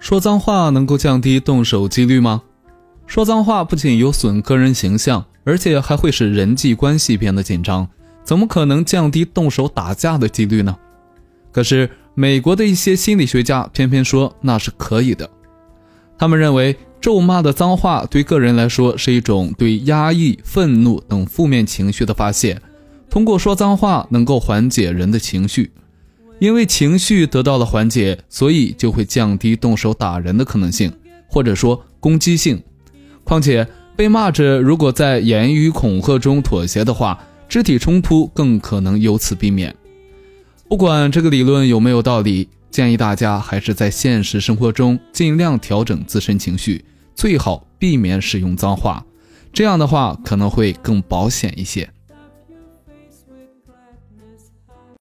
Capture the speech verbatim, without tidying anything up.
说脏话能够降低动手几率吗？说脏话不仅有损个人形象，而且还会使人际关系变得紧张，怎么可能降低动手打架的几率呢？可是美国的一些心理学家偏偏说那是可以的。他们认为咒骂的脏话对个人来说是一种对压抑、愤怒等负面情绪的发泄，通过说脏话能够缓解人的情绪，因为情绪得到了缓解，所以就会降低动手打人的可能性，或者说攻击性。况且被骂者如果在言语恐吓中妥协的话，肢体冲突更可能由此避免。不管这个理论有没有道理，建议大家还是在现实生活中尽量调整自身情绪，最好避免使用脏话，这样的话可能会更保险一些。